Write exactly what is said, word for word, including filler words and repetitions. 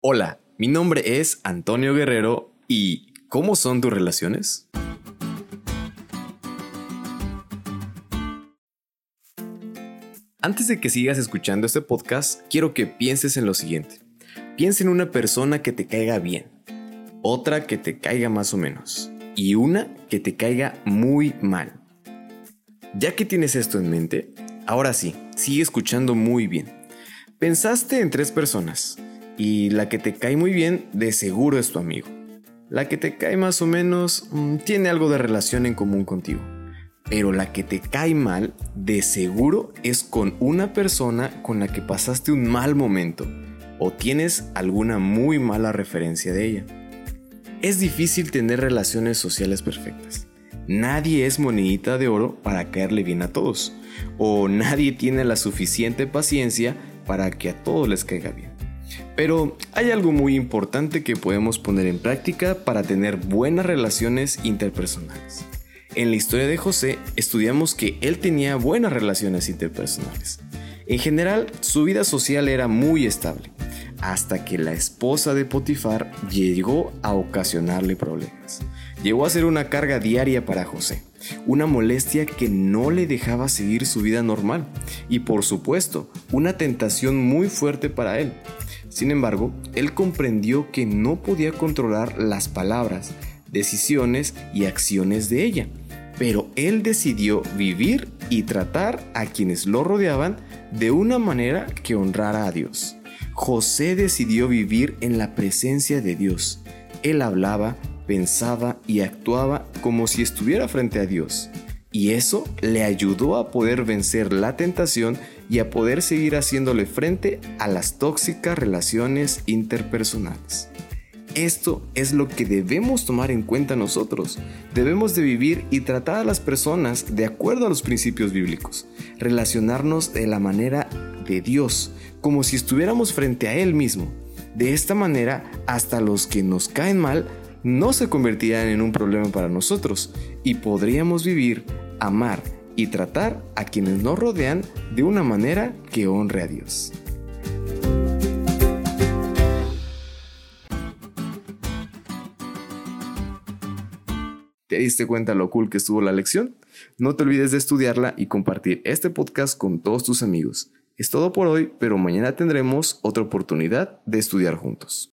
Hola, mi nombre es Antonio Guerrero y ¿cómo son tus relaciones? Antes de que sigas escuchando este podcast, quiero que pienses en lo siguiente. Piensa en una persona que te caiga bien, otra que te caiga más o menos y una que te caiga muy mal. Ya que tienes esto en mente, ahora sí, sigue escuchando muy bien. Pensaste en tres personas y la que te cae muy bien de seguro es tu amigo. La que te cae más o menos mmm, tiene algo de relación en común contigo. Pero la que te cae mal de seguro es con una persona con la que pasaste un mal momento o tienes alguna muy mala referencia de ella. Es difícil tener relaciones sociales perfectas. Nadie es monedita de oro para caerle bien a todos, o nadie tiene la suficiente paciencia para que a todos les caiga bien. Pero hay algo muy importante que podemos poner en práctica para tener buenas relaciones interpersonales. En la historia de José estudiamos que él tenía buenas relaciones interpersonales. En general, su vida social era muy estable, hasta que la esposa de Potifar llegó a ocasionarle problemas. Llegó a ser una carga diaria para José, una molestia que no le dejaba seguir su vida normal y, por supuesto, una tentación muy fuerte para él. Sin embargo, él comprendió que no podía controlar las palabras, decisiones y acciones de ella, pero él decidió vivir y tratar a quienes lo rodeaban de una manera que honrara a Dios. José decidió vivir en la presencia de Dios. Él hablaba, pensaba y actuaba como si estuviera frente a Dios. Y eso le ayudó a poder vencer la tentación y a poder seguir haciéndole frente a las tóxicas relaciones interpersonales. Esto es lo que debemos tomar en cuenta nosotros. Debemos de vivir y tratar a las personas de acuerdo a los principios bíblicos. Relacionarnos de la manera de Dios, como si estuviéramos frente a Él mismo. De esta manera, hasta los que nos caen mal no se convertirán en un problema para nosotros y podríamos vivir, amar y tratar a quienes nos rodean de una manera que honre a Dios. ¿Te diste cuenta lo cool que estuvo la lección? No te olvides de estudiarla y compartir este podcast con todos tus amigos. Es todo por hoy, pero mañana tendremos otra oportunidad de estudiar juntos.